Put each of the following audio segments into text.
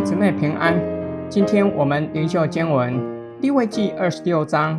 兄姊妹平安。今天我们灵修经文利未记26章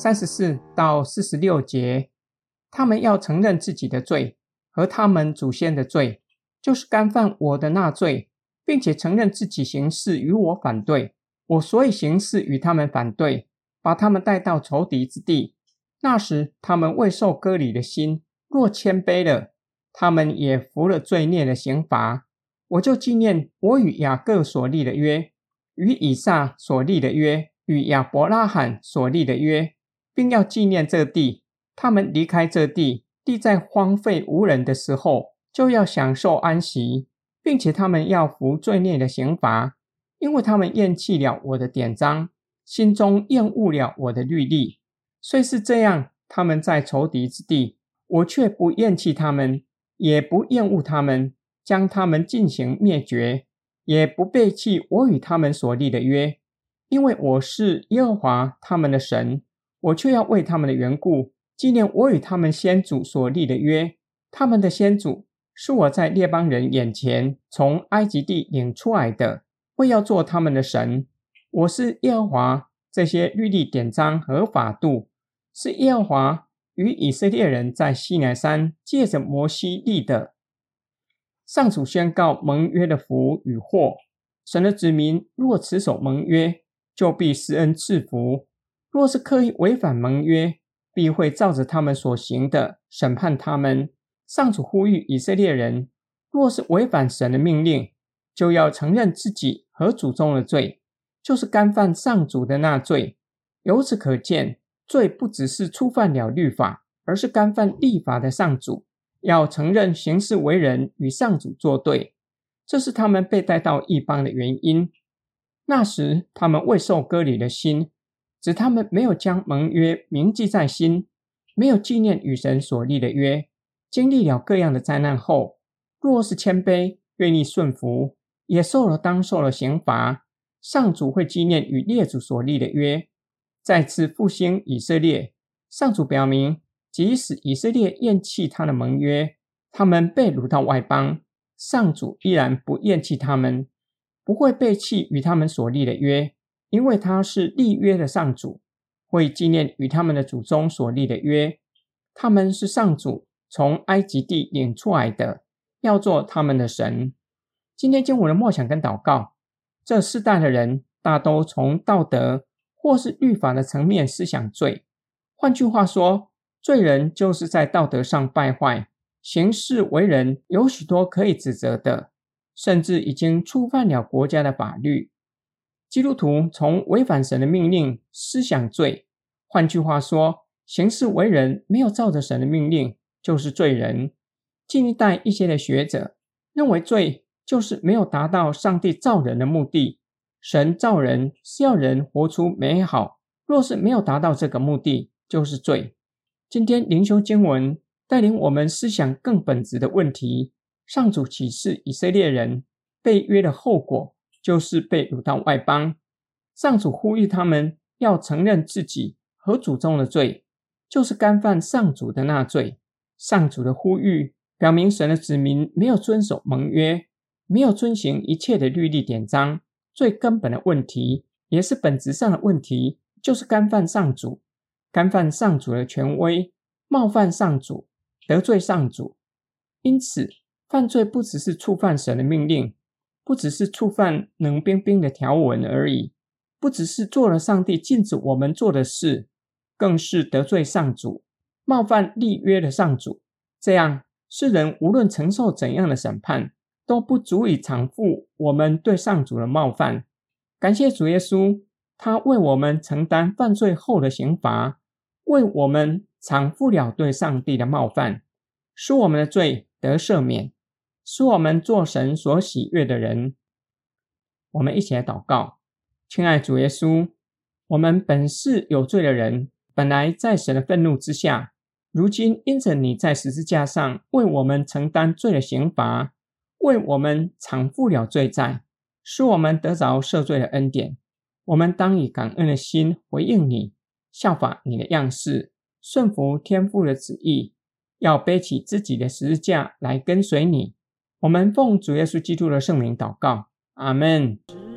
34到46节。他们要承认自己的罪和他们祖先的罪，就是干犯我的那罪，并且承认自己行事与我反对。我所以行事与他们反对，把他们带到仇敌之地。那时他们未受割礼的心若谦卑了，他们也服了罪孽的刑罚。我就纪念我与雅各所立的约，与以撒所立的约，与亚伯拉罕所立的约，并要纪念这地。他们离开这地，地在荒废无人的时候，就要享受安息，并且他们要服罪孽的刑罚，因为他们厌弃了我的典章，心中厌恶了我的律例。虽是这样，他们在仇敌之地，我却不厌弃他们，也不厌恶他们，将他们进行灭绝，也不背弃我与他们所立的约。因为我是耶和华他们的神，我却要为他们的缘故纪念我与他们先祖所立的约。他们的先祖是我在列邦人眼前从埃及地领出来的，为要做他们的神。我是耶和华，这些律例典章和法度是耶和华与以色列人在西乃山借着摩西立的。上主宣告盟约的福与祸，神的子民若持守盟约，就必施恩赐福；若是刻意违反盟约，必会照着他们所行的审判他们。上主呼吁以色列人，若是违反神的命令，就要承认自己和祖宗的罪，就是干犯上主的那罪。由此可见，罪不只是触犯了律法，而是干犯律法的上主。要承认行事为人与上主作对，这是他们被带到异邦的原因。那时他们未受割礼的心，指他们没有将盟约铭记在心，没有纪念与神所立的约。经历了各样的灾难后，若是谦卑愿意顺服，也受了当受的刑罚，上主会纪念与列祖所立的约，再次复兴以色列。上主表明，即使以色列厌弃他的盟约，他们被掳到外邦，上主依然不厌弃他们，不会背弃与他们所立的约，因为他是立约的上主，会纪念与他们的祖宗所立的约。他们是上主从埃及地领出来的，要做他们的神。今天经文的默想跟祷告，这世代的人大都从道德或是律法的层面思想罪。换句话说，罪人就是在道德上败坏，行事为人有许多可以指责的，甚至已经触犯了国家的法律。基督徒从违反神的命令思想罪，换句话说，行事为人没有照着神的命令，就是罪人。近一代一些的学者认为，罪就是没有达到上帝造人的目的。神造人是要人活出美好，若是没有达到这个目的，就是罪。今天灵修经文带领我们思想更本质的问题。上主启示以色列人被约的后果就是被掳到外邦，上主呼吁他们要承认自己和祖宗的罪，就是干犯上主的那罪。上主的呼吁表明神的子民没有遵守盟约，没有遵行一切的律例典章。最根本的问题，也是本质上的问题，就是干犯上主，干犯上主的权威，冒犯上主，得罪上主。因此犯罪不只是触犯神的命令，不只是触犯冷冰冰的条文而已，不只是做了上帝禁止我们做的事，更是得罪上主，冒犯立约的上主。这样世人无论承受怎样的审判，都不足以偿付我们对上主的冒犯。感谢主耶稣，他为我们承担犯罪后的刑罚，为我们偿付了对上帝的冒犯，使我们的罪得赦免，使我们做神所喜悦的人。我们一起来祷告。亲爱主耶稣，我们本是有罪的人，本来在神的愤怒之下，如今因着你在十字架上为我们承担罪的刑罚，为我们偿付了罪债，使我们得着赦罪的恩典。我们当以感恩的心回应你，效法你的样式，顺服天父的旨意，要背起自己的十字架来跟随你。我们奉主耶稣基督的圣名祷告，阿们。